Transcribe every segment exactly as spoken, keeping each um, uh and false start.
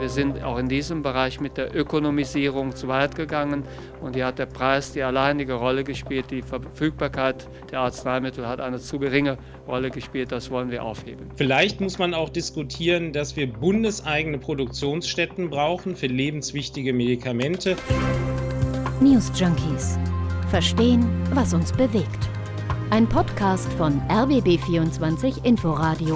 Wir sind auch in diesem Bereich mit der Ökonomisierung zu weit gegangen und hier hat der Preis die alleinige Rolle gespielt. Die Verfügbarkeit der Arzneimittel hat eine zu geringe Rolle gespielt. Das wollen wir aufheben. Vielleicht muss man auch diskutieren, dass wir bundeseigene Produktionsstätten brauchen für lebenswichtige Medikamente. News Junkies. Verstehen, was uns bewegt. Ein Podcast von R B B vierundzwanzig Inforadio.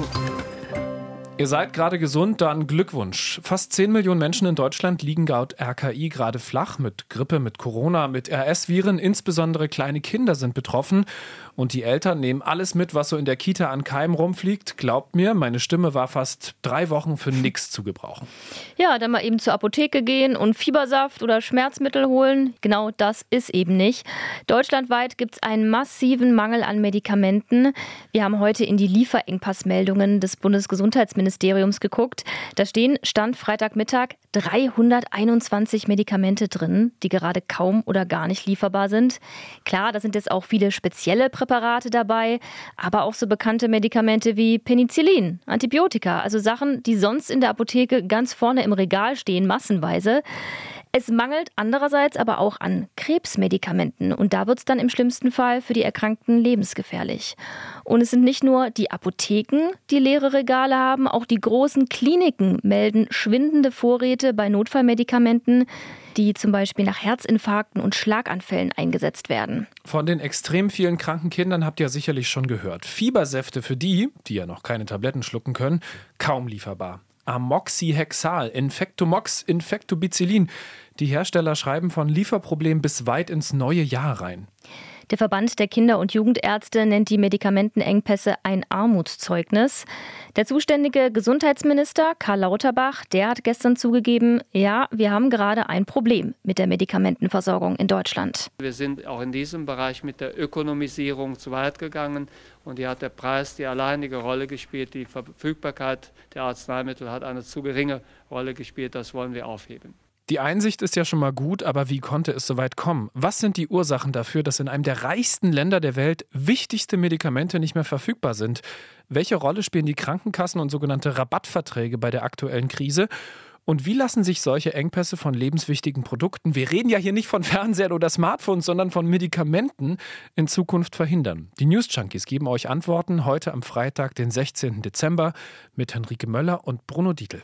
Ihr seid gerade gesund, dann Glückwunsch. Fast zehn Millionen Menschen in Deutschland liegen laut R K I gerade flach mit Grippe, mit Corona, mit R S-Viren. Insbesondere kleine Kinder sind betroffen. Und die Eltern nehmen alles mit, was so in der Kita an Keimen rumfliegt. Glaubt mir, meine Stimme war fast drei Wochen für nichts zu gebrauchen. Ja, dann mal eben zur Apotheke gehen und Fiebersaft oder Schmerzmittel holen. Genau das ist eben nicht. Deutschlandweit gibt es einen massiven Mangel an Medikamenten. Wir haben heute in die Lieferengpassmeldungen des Bundesgesundheitsministeriums geguckt. Da stehen, Stand Freitagmittag, dreihunderteinundzwanzig Medikamente drin, die gerade kaum oder gar nicht lieferbar sind. Klar, da sind jetzt auch viele spezielle Präparate dabei, aber auch so bekannte Medikamente wie Penicillin, Antibiotika, also Sachen, die sonst in der Apotheke ganz vorne im Regal stehen, massenweise. Es mangelt andererseits aber auch an Krebsmedikamenten und da wird es dann im schlimmsten Fall für die Erkrankten lebensgefährlich. Und es sind nicht nur die Apotheken, die leere Regale haben, auch die großen Kliniken melden schwindende Vorräte bei Notfallmedikamenten, die zum Beispiel nach Herzinfarkten und Schlaganfällen eingesetzt werden. Von den extrem vielen kranken Kindern habt ihr sicherlich schon gehört. Fiebersäfte für die, die ja noch keine Tabletten schlucken können, kaum lieferbar. Amoxihexal, Infectomox, Infectobicillin. Die Hersteller schreiben von Lieferproblemen bis weit ins neue Jahr rein. Der Verband der Kinder- und Jugendärzte nennt die Medikamentenengpässe ein Armutszeugnis. Der zuständige Gesundheitsminister Karl Lauterbach, der hat gestern zugegeben, ja, wir haben gerade ein Problem mit der Medikamentenversorgung in Deutschland. Wir sind auch in diesem Bereich mit der Ökonomisierung zu weit gegangen und hier hat der Preis die alleinige Rolle gespielt. Die Verfügbarkeit der Arzneimittel hat eine zu geringe Rolle gespielt. Das wollen wir aufheben. Die Einsicht ist ja schon mal gut, aber wie konnte es so weit kommen? Was sind die Ursachen dafür, dass in einem der reichsten Länder der Welt wichtigste Medikamente nicht mehr verfügbar sind? Welche Rolle spielen die Krankenkassen und sogenannte Rabattverträge bei der aktuellen Krise? Und wie lassen sich solche Engpässe von lebenswichtigen Produkten, wir reden ja hier nicht von Fernsehern oder Smartphones, sondern von Medikamenten, in Zukunft verhindern? Die News Junkies geben euch Antworten heute am Freitag, den sechzehnten Dezember, mit Henrike Möller und Bruno Dietl.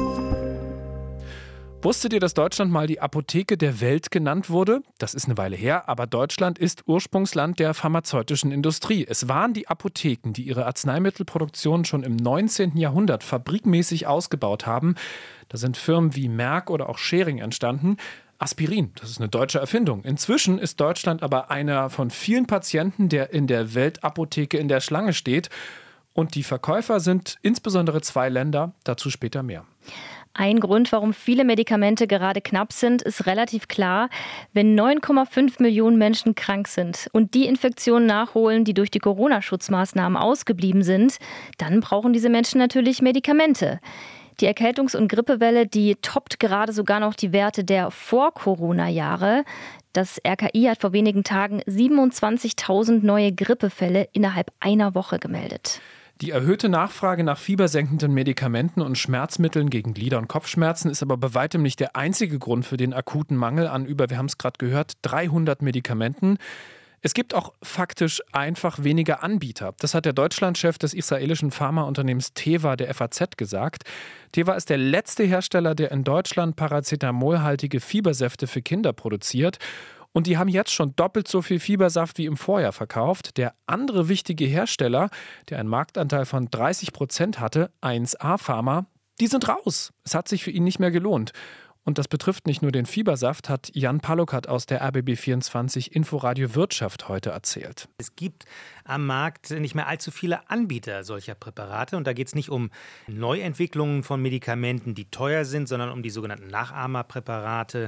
Wusstet ihr, dass Deutschland mal die Apotheke der Welt genannt wurde? Das ist eine Weile her, aber Deutschland ist Ursprungsland der pharmazeutischen Industrie. Es waren die Apotheken, die ihre Arzneimittelproduktion schon im neunzehnten Jahrhundert fabrikmäßig ausgebaut haben. Da sind Firmen wie Merck oder auch Schering entstanden. Aspirin, das ist eine deutsche Erfindung. Inzwischen ist Deutschland aber einer von vielen Patienten, der in der Weltapotheke in der Schlange steht. Und die Verkäufer sind insbesondere zwei Länder, dazu später mehr. Ein Grund, warum viele Medikamente gerade knapp sind, ist relativ klar. Wenn neun Komma fünf Millionen Menschen krank sind und die Infektionen nachholen, die durch die Corona-Schutzmaßnahmen ausgeblieben sind, dann brauchen diese Menschen natürlich Medikamente. Die Erkältungs- und Grippewelle, die toppt gerade sogar noch die Werte der Vor-Corona-Jahre. Das R K I hat vor wenigen Tagen siebenundzwanzigtausend neue Grippefälle innerhalb einer Woche gemeldet. Die erhöhte Nachfrage nach fiebersenkenden Medikamenten und Schmerzmitteln gegen Glieder- und Kopfschmerzen ist aber bei weitem nicht der einzige Grund für den akuten Mangel an über, wir haben es gerade gehört, dreihundert Medikamenten. Es gibt auch faktisch einfach weniger Anbieter. Das hat der Deutschlandchef des israelischen Pharmaunternehmens Teva der F A Z gesagt. Teva ist der letzte Hersteller, der in Deutschland paracetamolhaltige Fiebersäfte für Kinder produziert. Und die haben jetzt schon doppelt so viel Fiebersaft wie im Vorjahr verkauft. Der andere wichtige Hersteller, der einen Marktanteil von dreißig Prozent hatte, eins A Pharma, die sind raus. Es hat sich für ihn nicht mehr gelohnt. Und das betrifft nicht nur den Fiebersaft, hat Jan Palukat aus der R B B vierundzwanzig Inforadio Wirtschaft heute erzählt. Es gibt am Markt nicht mehr allzu viele Anbieter solcher Präparate. Und da geht es nicht um Neuentwicklungen von Medikamenten, die teuer sind, sondern um die sogenannten Nachahmerpräparate.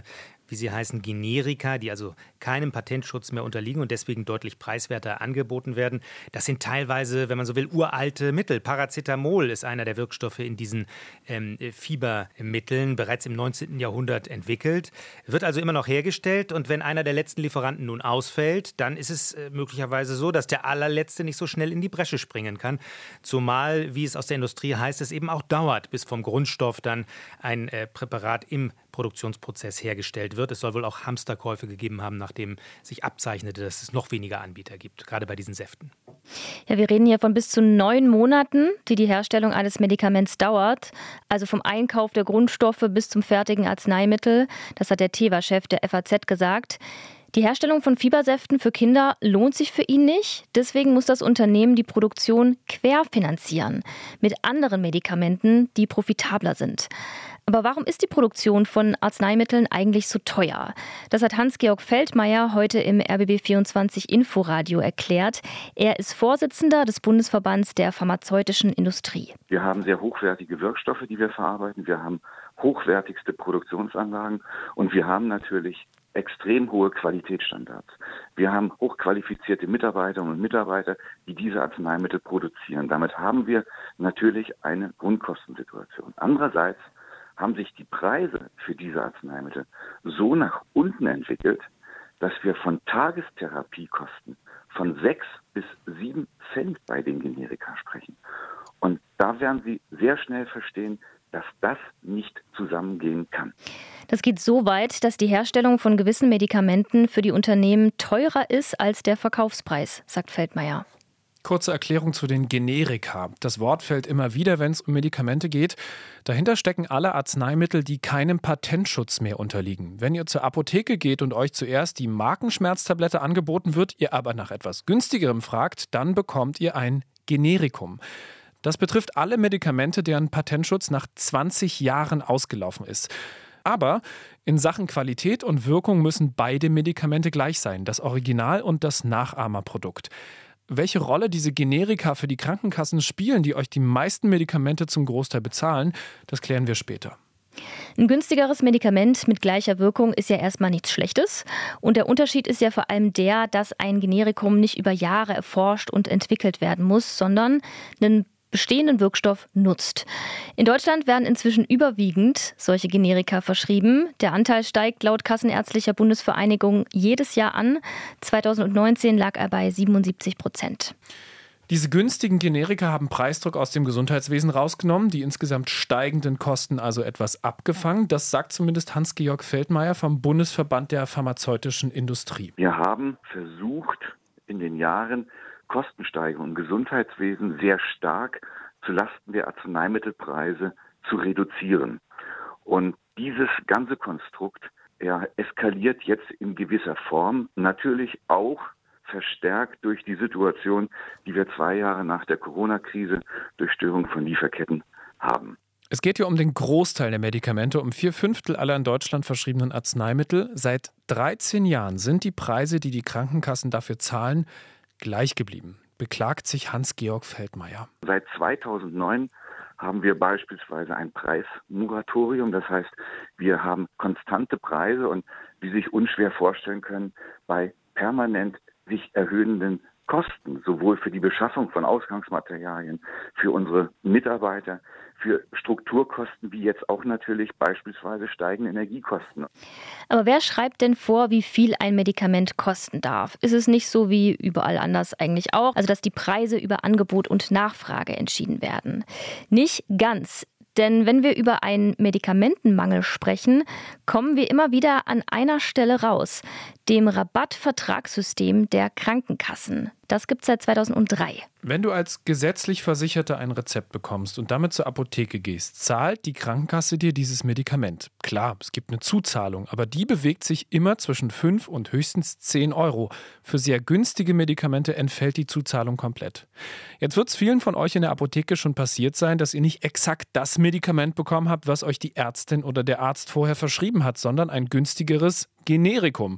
wie sie heißen, Generika, die also keinem Patentschutz mehr unterliegen und deswegen deutlich preiswerter angeboten werden. Das sind teilweise, wenn man so will, uralte Mittel. Paracetamol ist einer der Wirkstoffe in diesen ähm, Fiebermitteln, bereits im neunzehnten Jahrhundert entwickelt, wird also immer noch hergestellt. Und wenn einer der letzten Lieferanten nun ausfällt, dann ist es äh, möglicherweise so, dass der allerletzte nicht so schnell in die Bresche springen kann. Zumal, wie es aus der Industrie heißt, es eben auch dauert, bis vom Grundstoff dann ein äh, Präparat im Produktionsprozess hergestellt wird. Es soll wohl auch Hamsterkäufe gegeben haben, nachdem sich abzeichnete, dass es noch weniger Anbieter gibt, gerade bei diesen Säften. Ja, wir reden hier von bis zu neun Monaten, die die Herstellung eines Medikaments dauert. Also vom Einkauf der Grundstoffe bis zum fertigen Arzneimittel. Das hat der Teva-Chef der F A Z gesagt. Die Herstellung von Fiebersäften für Kinder lohnt sich für ihn nicht. Deswegen muss das Unternehmen die Produktion querfinanzieren mit anderen Medikamenten, die profitabler sind. Aber warum ist die Produktion von Arzneimitteln eigentlich so teuer? Das hat Hans-Georg Feldmayer heute im R B B vierundzwanzig Inforadio erklärt. Er ist Vorsitzender des Bundesverbands der pharmazeutischen Industrie. Wir haben sehr hochwertige Wirkstoffe, die wir verarbeiten. Wir haben hochwertigste Produktionsanlagen und wir haben natürlich extrem hohe Qualitätsstandards. Wir haben hochqualifizierte Mitarbeiterinnen und Mitarbeiter, die diese Arzneimittel produzieren. Damit haben wir natürlich eine Grundkostensituation. Andererseits haben sich die Preise für diese Arzneimittel so nach unten entwickelt, dass wir von Tagestherapiekosten von sechs bis sieben Cent bei den Generika sprechen. Und da werden Sie sehr schnell verstehen, dass das nicht zusammengehen kann. Das geht so weit, dass die Herstellung von gewissen Medikamenten für die Unternehmen teurer ist als der Verkaufspreis, sagt Feldmayer. Kurze Erklärung zu den Generika. Das Wort fällt immer wieder, wenn es um Medikamente geht. Dahinter stecken alle Arzneimittel, die keinem Patentschutz mehr unterliegen. Wenn ihr zur Apotheke geht und euch zuerst die Markenschmerztablette angeboten wird, ihr aber nach etwas günstigerem fragt, dann bekommt ihr ein Generikum. Das betrifft alle Medikamente, deren Patentschutz nach zwanzig Jahren ausgelaufen ist. Aber in Sachen Qualität und Wirkung müssen beide Medikamente gleich sein, das Original und das Nachahmerprodukt. Welche Rolle diese Generika für die Krankenkassen spielen, die euch die meisten Medikamente zum Großteil bezahlen, das klären wir später. Ein günstigeres Medikament mit gleicher Wirkung ist ja erstmal nichts Schlechtes. Und der Unterschied ist ja vor allem der, dass ein Generikum nicht über Jahre erforscht und entwickelt werden muss, sondern einen bestehenden Wirkstoff nutzt. In Deutschland werden inzwischen überwiegend solche Generika verschrieben. Der Anteil steigt laut Kassenärztlicher Bundesvereinigung jedes Jahr an. zweitausendneunzehn lag er bei siebenundsiebzig Prozent. Diese günstigen Generika haben Preisdruck aus dem Gesundheitswesen rausgenommen, die insgesamt steigenden Kosten also etwas abgefangen. Das sagt zumindest Hans-Georg Feldmayer vom Bundesverband der pharmazeutischen Industrie. Wir haben versucht, in den Jahren Kostensteigerungen im Gesundheitswesen sehr stark zulasten der Arzneimittelpreise zu reduzieren. Und dieses ganze Konstrukt ja, eskaliert jetzt in gewisser Form, natürlich auch verstärkt durch die Situation, die wir zwei Jahre nach der Corona-Krise durch Störung von Lieferketten haben. Es geht hier um den Großteil der Medikamente, um vier Fünftel aller in Deutschland verschriebenen Arzneimittel. Seit dreizehn Jahren sind die Preise, die die Krankenkassen dafür zahlen, gleich geblieben, beklagt sich Hans-Georg Feldmayer. Seit zweitausendneun haben wir beispielsweise ein Preismoratorium. Das heißt, wir haben konstante Preise und, wie Sie sich unschwer vorstellen können, bei permanent sich erhöhenden Kosten, sowohl für die Beschaffung von Ausgangsmaterialien, für unsere Mitarbeiter, für Strukturkosten, wie jetzt auch natürlich beispielsweise steigende Energiekosten. Aber wer schreibt denn vor, wie viel ein Medikament kosten darf? Ist es nicht so wie überall anders eigentlich auch, also dass die Preise über Angebot und Nachfrage entschieden werden? Nicht ganz. Denn wenn wir über einen Medikamentenmangel sprechen, kommen wir immer wieder an einer Stelle raus, dem Rabattvertragssystem der Krankenkassen. Das gibt es seit zweitausenddrei. Wenn du als gesetzlich Versicherter ein Rezept bekommst und damit zur Apotheke gehst, zahlt die Krankenkasse dir dieses Medikament. Klar, es gibt eine Zuzahlung, aber die bewegt sich immer zwischen fünf und höchstens zehn Euro. Für sehr günstige Medikamente entfällt die Zuzahlung komplett. Jetzt wird es vielen von euch in der Apotheke schon passiert sein, dass ihr nicht exakt das Medikament bekommen habt, was euch die Ärztin oder der Arzt vorher verschrieben hat, sondern ein günstigeres Generikum.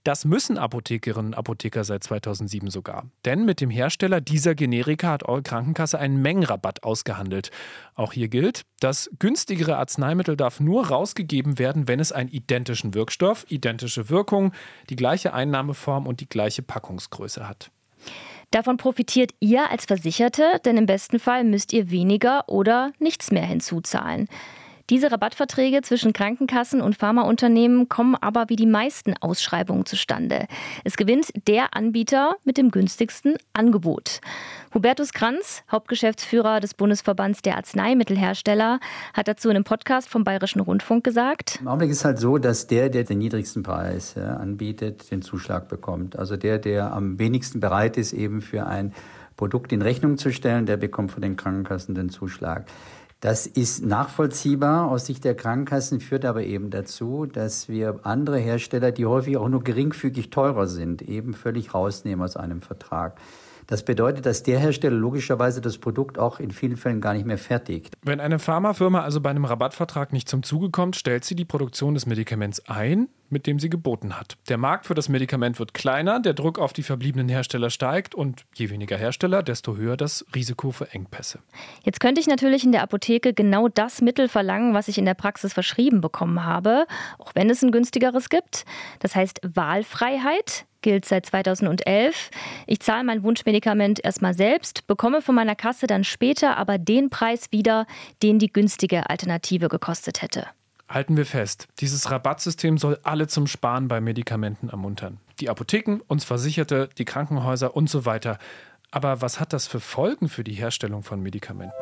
Das müssen Apothekerinnen und Apotheker seit zweitausendsieben sogar. Denn mit dem Hersteller dieser Generika hat eure Krankenkasse einen Mengenrabatt ausgehandelt. Auch hier gilt, das günstigere Arzneimittel darf nur rausgegeben werden, wenn es einen identischen Wirkstoff, identische Wirkung, die gleiche Einnahmeform und die gleiche Packungsgröße hat. Davon profitiert ihr als Versicherte, denn im besten Fall müsst ihr weniger oder nichts mehr hinzuzahlen. Diese Rabattverträge zwischen Krankenkassen und Pharmaunternehmen kommen aber wie die meisten Ausschreibungen zustande. Es gewinnt der Anbieter mit dem günstigsten Angebot. Hubertus Kranz, Hauptgeschäftsführer des Bundesverbands der Arzneimittelhersteller, hat dazu in einem Podcast vom Bayerischen Rundfunk gesagt: Im Augenblick ist halt so, dass der, der den niedrigsten Preis ja, anbietet, den Zuschlag bekommt. Also der, der am wenigsten bereit ist, eben für ein Produkt in Rechnung zu stellen, der bekommt von den Krankenkassen den Zuschlag. Das ist nachvollziehbar aus Sicht der Krankenkassen, führt aber eben dazu, dass wir andere Hersteller, die häufig auch nur geringfügig teurer sind, eben völlig rausnehmen aus einem Vertrag. Das bedeutet, dass der Hersteller logischerweise das Produkt auch in vielen Fällen gar nicht mehr fertigt. Wenn eine Pharmafirma also bei einem Rabattvertrag nicht zum Zuge kommt, stellt sie die Produktion des Medikaments ein, mit dem sie geboten hat. Der Markt für das Medikament wird kleiner, der Druck auf die verbliebenen Hersteller steigt und je weniger Hersteller, desto höher das Risiko für Engpässe. Jetzt könnte ich natürlich in der Apotheke genau das Mittel verlangen, was ich in der Praxis verschrieben bekommen habe, auch wenn es ein günstigeres gibt. Das heißt Wahlfreiheit gilt seit zweitausendelf. Ich zahle mein Wunschmedikament erstmal selbst, bekomme von meiner Kasse dann später aber den Preis wieder, den die günstige Alternative gekostet hätte. Halten wir fest, dieses Rabattsystem soll alle zum Sparen bei Medikamenten ermuntern. Die Apotheken, uns Versicherte, die Krankenhäuser und so weiter. Aber was hat das für Folgen für die Herstellung von Medikamenten?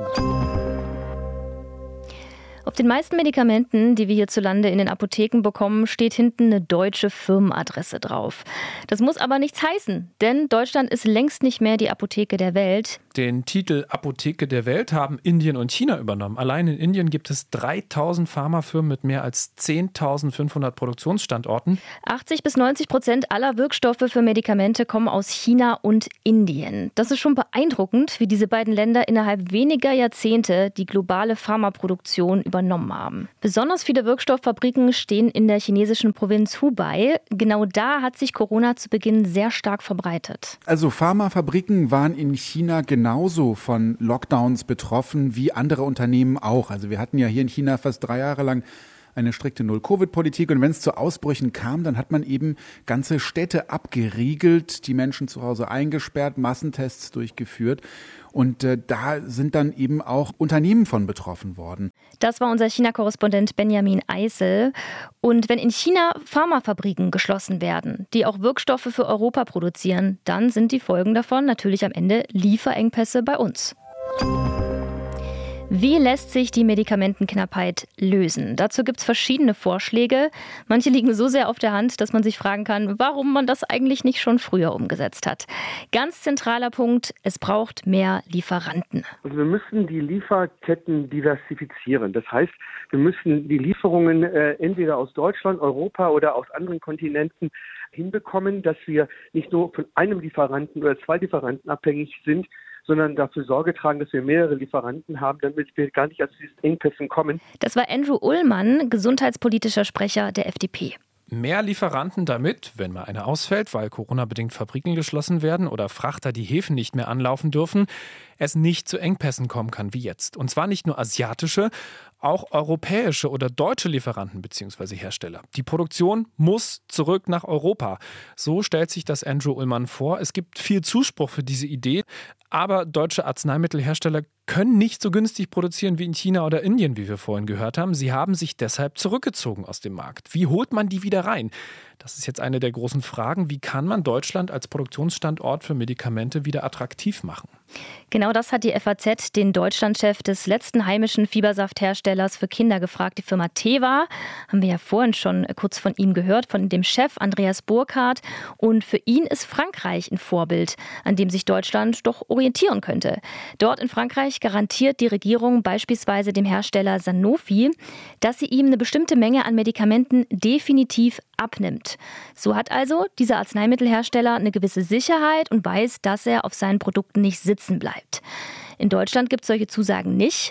Auf den meisten Medikamenten, die wir hierzulande in den Apotheken bekommen, steht hinten eine deutsche Firmenadresse drauf. Das muss aber nichts heißen, denn Deutschland ist längst nicht mehr die Apotheke der Welt. Den Titel Apotheke der Welt haben Indien und China übernommen. Allein in Indien gibt es dreitausend Pharmafirmen mit mehr als zehntausendfünfhundert Produktionsstandorten. achtzig bis neunzig Prozent aller Wirkstoffe für Medikamente kommen aus China und Indien. Das ist schon beeindruckend, wie diese beiden Länder innerhalb weniger Jahrzehnte die globale Pharmaproduktion übernommen haben. Besonders viele Wirkstofffabriken stehen in der chinesischen Provinz Hubei. Genau da hat sich Corona zu Beginn sehr stark verbreitet. Also Pharmafabriken waren in China genauso von Lockdowns betroffen wie andere Unternehmen auch. Also wir hatten ja hier in China fast drei Jahre lang eine strikte Null-Covid-Politik. Und wenn es zu Ausbrüchen kam, dann hat man eben ganze Städte abgeriegelt, die Menschen zu Hause eingesperrt, Massentests durchgeführt. Und äh, da sind dann eben auch Unternehmen von betroffen worden. Das war unser China-Korrespondent Benjamin Eisel. Und wenn in China Pharmafabriken geschlossen werden, die auch Wirkstoffe für Europa produzieren, dann sind die Folgen davon natürlich am Ende Lieferengpässe bei uns. Wie lässt sich die Medikamentenknappheit lösen? Dazu gibt es verschiedene Vorschläge. Manche liegen so sehr auf der Hand, dass man sich fragen kann, warum man das eigentlich nicht schon früher umgesetzt hat. Ganz zentraler Punkt, es braucht mehr Lieferanten. Also wir müssen die Lieferketten diversifizieren. Das heißt, wir müssen die Lieferungen äh, entweder aus Deutschland, Europa oder aus anderen Kontinenten hinbekommen, dass wir nicht nur von einem Lieferanten oder zwei Lieferanten abhängig sind, sondern dafür Sorge tragen, dass wir mehrere Lieferanten haben, damit wir gar nicht aus diesen Engpässen kommen. Das war Andrew Ullmann, gesundheitspolitischer Sprecher der F D P. Mehr Lieferanten damit, wenn mal einer ausfällt, weil Corona-bedingt Fabriken geschlossen werden oder Frachter die Häfen nicht mehr anlaufen dürfen, es nicht zu Engpässen kommen kann wie jetzt. Und zwar nicht nur asiatische, auch europäische oder deutsche Lieferanten bzw. Hersteller. Die Produktion muss zurück nach Europa. So stellt sich das Andrew Ullmann vor. Es gibt viel Zuspruch für diese Idee, aber deutsche Arzneimittelhersteller können nicht so günstig produzieren wie in China oder Indien, wie wir vorhin gehört haben. Sie haben sich deshalb zurückgezogen aus dem Markt. Wie holt man die wieder rein? Das ist jetzt eine der großen Fragen. Wie kann man Deutschland als Produktionsstandort für Medikamente wieder attraktiv machen? Genau das hat die F A Z den Deutschlandchef des letzten heimischen Fiebersaftherstellers für Kinder gefragt, die Firma Teva. Haben wir ja vorhin schon kurz von ihm gehört, von dem Chef Andreas Burkhardt. Und für ihn ist Frankreich ein Vorbild, an dem sich Deutschland doch orientieren könnte. Dort in Frankreich garantiert die Regierung beispielsweise dem Hersteller Sanofi, dass sie ihm eine bestimmte Menge an Medikamenten definitiv abnimmt. So hat also dieser Arzneimittelhersteller eine gewisse Sicherheit und weiß, dass er auf seinen Produkten nicht sitzen bleibt. In Deutschland gibt es solche Zusagen nicht.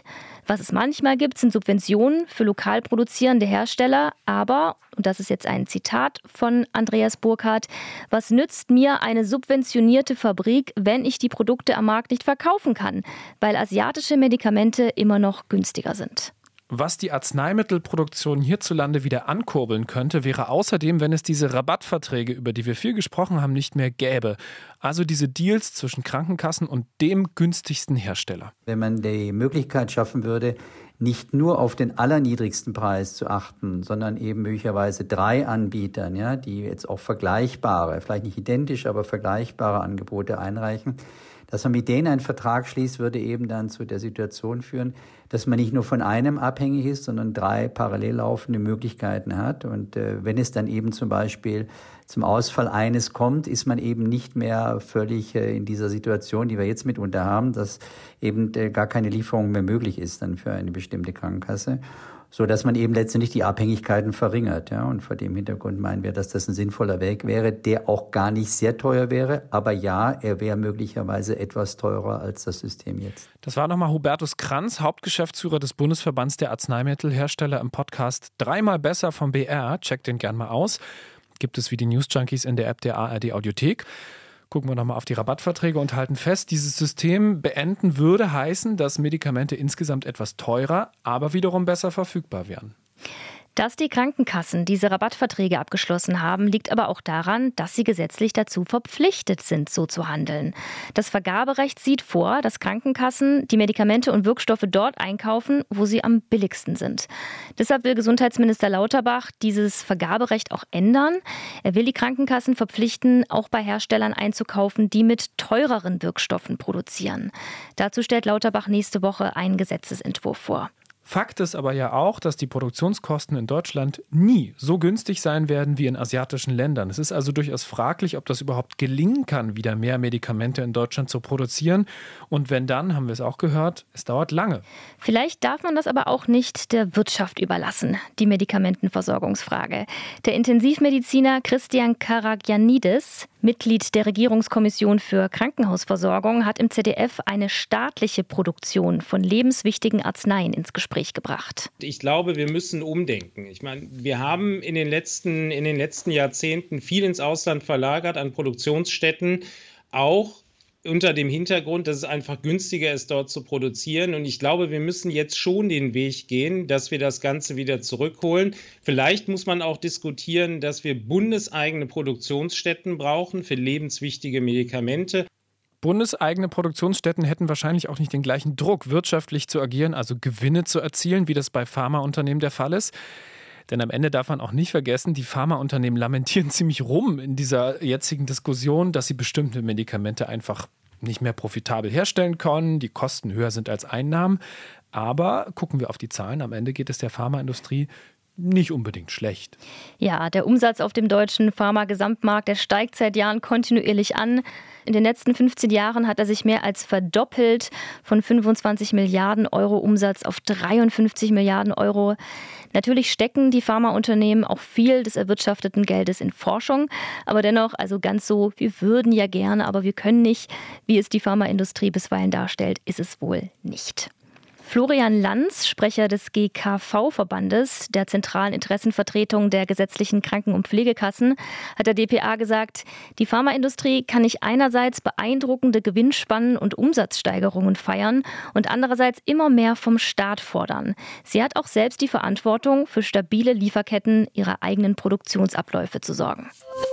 Was es manchmal gibt, sind Subventionen für lokal produzierende Hersteller. Aber, und das ist jetzt ein Zitat von Andreas Burkhardt, was nützt mir eine subventionierte Fabrik, wenn ich die Produkte am Markt nicht verkaufen kann, weil asiatische Medikamente immer noch günstiger sind. Was die Arzneimittelproduktion hierzulande wieder ankurbeln könnte, wäre außerdem, wenn es diese Rabattverträge, über die wir viel gesprochen haben, nicht mehr gäbe. Also diese Deals zwischen Krankenkassen und dem günstigsten Hersteller. Wenn man die Möglichkeit schaffen würde, nicht nur auf den allerniedrigsten Preis zu achten, sondern eben möglicherweise drei Anbietern, ja, die jetzt auch vergleichbare, vielleicht nicht identisch, aber vergleichbare Angebote einreichen, dass man mit denen einen Vertrag schließt, würde eben dann zu der Situation führen, dass man nicht nur von einem abhängig ist, sondern drei parallel laufende Möglichkeiten hat. Und äh, wenn es dann eben zum Beispiel zum Ausfall eines kommt, ist man eben nicht mehr völlig äh, in dieser Situation, die wir jetzt mitunter haben, dass eben äh, gar keine Lieferung mehr möglich ist dann für eine bestimmte Krankenkasse, so dass man eben letztendlich die Abhängigkeiten verringert. Ja. Und vor dem Hintergrund meinen wir, dass das ein sinnvoller Weg wäre, der auch gar nicht sehr teuer wäre. Aber ja, er wäre möglicherweise etwas teurer als das System jetzt. Das war nochmal Hubertus Kranz, Hauptgeschäftsführer des Bundesverbands der Arzneimittelhersteller im Podcast Dreimal besser vom B R. Checkt den gern mal aus. Gibt es wie die News Junkies in der App der A R D Audiothek. Gucken wir nochmal auf die Rabattverträge und halten fest, dieses System beenden würde heißen, dass Medikamente insgesamt etwas teurer, aber wiederum besser verfügbar wären. Dass die Krankenkassen diese Rabattverträge abgeschlossen haben, liegt aber auch daran, dass sie gesetzlich dazu verpflichtet sind, so zu handeln. Das Vergaberecht sieht vor, dass Krankenkassen die Medikamente und Wirkstoffe dort einkaufen, wo sie am billigsten sind. Deshalb will Gesundheitsminister Lauterbach dieses Vergaberecht auch ändern. Er will die Krankenkassen verpflichten, auch bei Herstellern einzukaufen, die mit teureren Wirkstoffen produzieren. Dazu stellt Lauterbach nächste Woche einen Gesetzesentwurf vor. Fakt ist aber ja auch, dass die Produktionskosten in Deutschland nie so günstig sein werden wie in asiatischen Ländern. Es ist also durchaus fraglich, ob das überhaupt gelingen kann, wieder mehr Medikamente in Deutschland zu produzieren. Und wenn dann, haben wir es auch gehört, es dauert lange. Vielleicht darf man das aber auch nicht der Wirtschaft überlassen, die Medikamentenversorgungsfrage. Der Intensivmediziner Christian Karagianidis, Mitglied der Regierungskommission für Krankenhausversorgung, hat im Z D F eine staatliche Produktion von lebenswichtigen Arzneien ins Gespräch gebracht. Ich glaube, wir müssen umdenken. Ich meine, wir haben in den letzten, in den letzten Jahrzehnten viel ins Ausland verlagert an Produktionsstätten, auch unter dem Hintergrund, dass es einfach günstiger ist, dort zu produzieren. Und ich glaube, wir müssen jetzt schon den Weg gehen, dass wir das Ganze wieder zurückholen. Vielleicht muss man auch diskutieren, dass wir bundeseigene Produktionsstätten brauchen für lebenswichtige Medikamente. Bundeseigene Produktionsstätten hätten wahrscheinlich auch nicht den gleichen Druck, wirtschaftlich zu agieren, also Gewinne zu erzielen, wie das bei Pharmaunternehmen der Fall ist. Denn am Ende darf man auch nicht vergessen, die Pharmaunternehmen lamentieren ziemlich rum in dieser jetzigen Diskussion, dass sie bestimmte Medikamente einfach nicht mehr profitabel herstellen können, die Kosten höher sind als Einnahmen. Aber gucken wir auf die Zahlen, am Ende geht es der Pharmaindustrie nicht unbedingt schlecht. Ja, der Umsatz auf dem deutschen Pharma-Gesamtmarkt, der steigt seit Jahren kontinuierlich an. In den letzten fünfzehn Jahren hat er sich mehr als verdoppelt, von fünfundzwanzig Milliarden Euro Umsatz auf dreiundfünfzig Milliarden Euro. Natürlich stecken die Pharmaunternehmen auch viel des erwirtschafteten Geldes in Forschung. Aber dennoch, also ganz so, wir würden ja gerne, aber wir können nicht, wie es die Pharmaindustrie bisweilen darstellt, ist es wohl nicht. Florian Lanz, Sprecher des G K V-Verbandes, der zentralen Interessenvertretung der gesetzlichen Kranken- und Pflegekassen, hat der D P A gesagt, die Pharmaindustrie kann nicht einerseits beeindruckende Gewinnspannen und Umsatzsteigerungen feiern und andererseits immer mehr vom Staat fordern. Sie hat auch selbst die Verantwortung, für stabile Lieferketten ihrer eigenen Produktionsabläufe zu sorgen.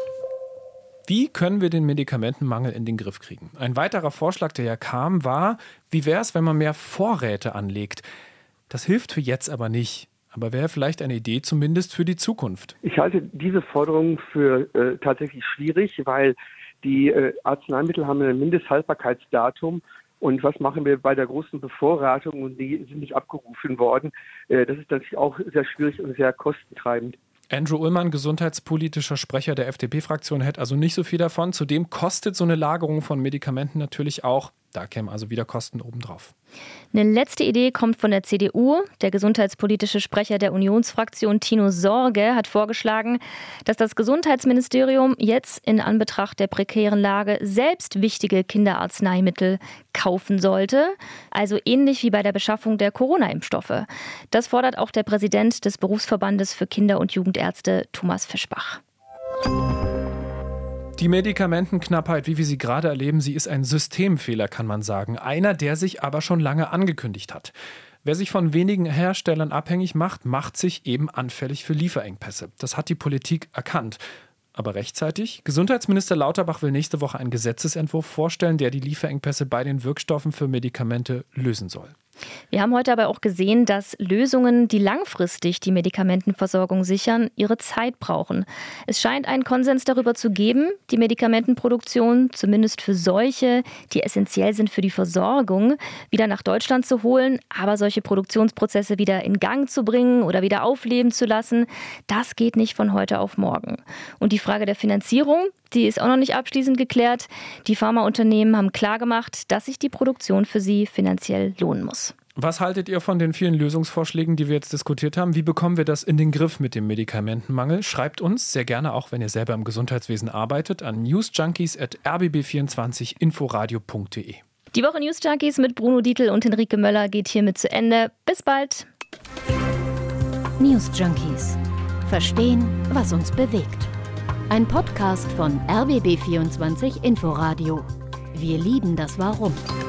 Wie können wir den Medikamentenmangel in den Griff kriegen? Ein weiterer Vorschlag, der ja kam, war, wie wäre es, wenn man mehr Vorräte anlegt? Das hilft für jetzt aber nicht. Aber wäre vielleicht eine Idee zumindest für die Zukunft. Ich halte diese Forderung für äh, tatsächlich schwierig, weil die äh, Arzneimittel haben ein Mindesthaltbarkeitsdatum. Und was machen wir bei der großen Bevorratung? Und die sind nicht abgerufen worden. Äh, das ist natürlich auch sehr schwierig und sehr kostentreibend. Andrew Ullmann, gesundheitspolitischer Sprecher der F D P-Fraktion, hätte also nicht so viel davon. Zudem kostet so eine Lagerung von Medikamenten natürlich auch. Da kämen also wieder Kosten obendrauf. Eine letzte Idee kommt von der C D U. Der gesundheitspolitische Sprecher der Unionsfraktion Tino Sorge hat vorgeschlagen, dass das Gesundheitsministerium jetzt in Anbetracht der prekären Lage selbst wichtige Kinderarzneimittel kaufen sollte. Also ähnlich wie bei der Beschaffung der Corona-Impfstoffe. Das fordert auch der Präsident des Berufsverbandes für Kinder- und Jugendärzte, Thomas Fischbach. Die Medikamentenknappheit, wie wir sie gerade erleben, sie ist ein Systemfehler, kann man sagen. Einer, der sich aber schon lange angekündigt hat. Wer sich von wenigen Herstellern abhängig macht, macht sich eben anfällig für Lieferengpässe. Das hat die Politik erkannt. Aber rechtzeitig? Gesundheitsminister Lauterbach will nächste Woche einen Gesetzesentwurf vorstellen, der die Lieferengpässe bei den Wirkstoffen für Medikamente lösen soll. Wir haben heute aber auch gesehen, dass Lösungen, die langfristig die Medikamentenversorgung sichern, ihre Zeit brauchen. Es scheint einen Konsens darüber zu geben, die Medikamentenproduktion, zumindest für solche, die essentiell sind für die Versorgung, wieder nach Deutschland zu holen. Aber solche Produktionsprozesse wieder in Gang zu bringen oder wieder aufleben zu lassen, das geht nicht von heute auf morgen. Und die Frage der Finanzierung, die ist auch noch nicht abschließend geklärt. Die Pharmaunternehmen haben klargemacht, dass sich die Produktion für sie finanziell lohnen muss. Was haltet ihr von den vielen Lösungsvorschlägen, die wir jetzt diskutiert haben? Wie bekommen wir das in den Griff mit dem Medikamentenmangel? Schreibt uns sehr gerne, auch wenn ihr selber im Gesundheitswesen arbeitet, an newsjunkies at r b b vierundzwanzig inforadio punkt de. Die Woche News Junkies mit Bruno Dietl und Henrike Möller geht hiermit zu Ende. Bis bald. News Junkies. Verstehen, was uns bewegt. Ein Podcast von R B B vierundzwanzig Inforadio. Wir lieben das Warum.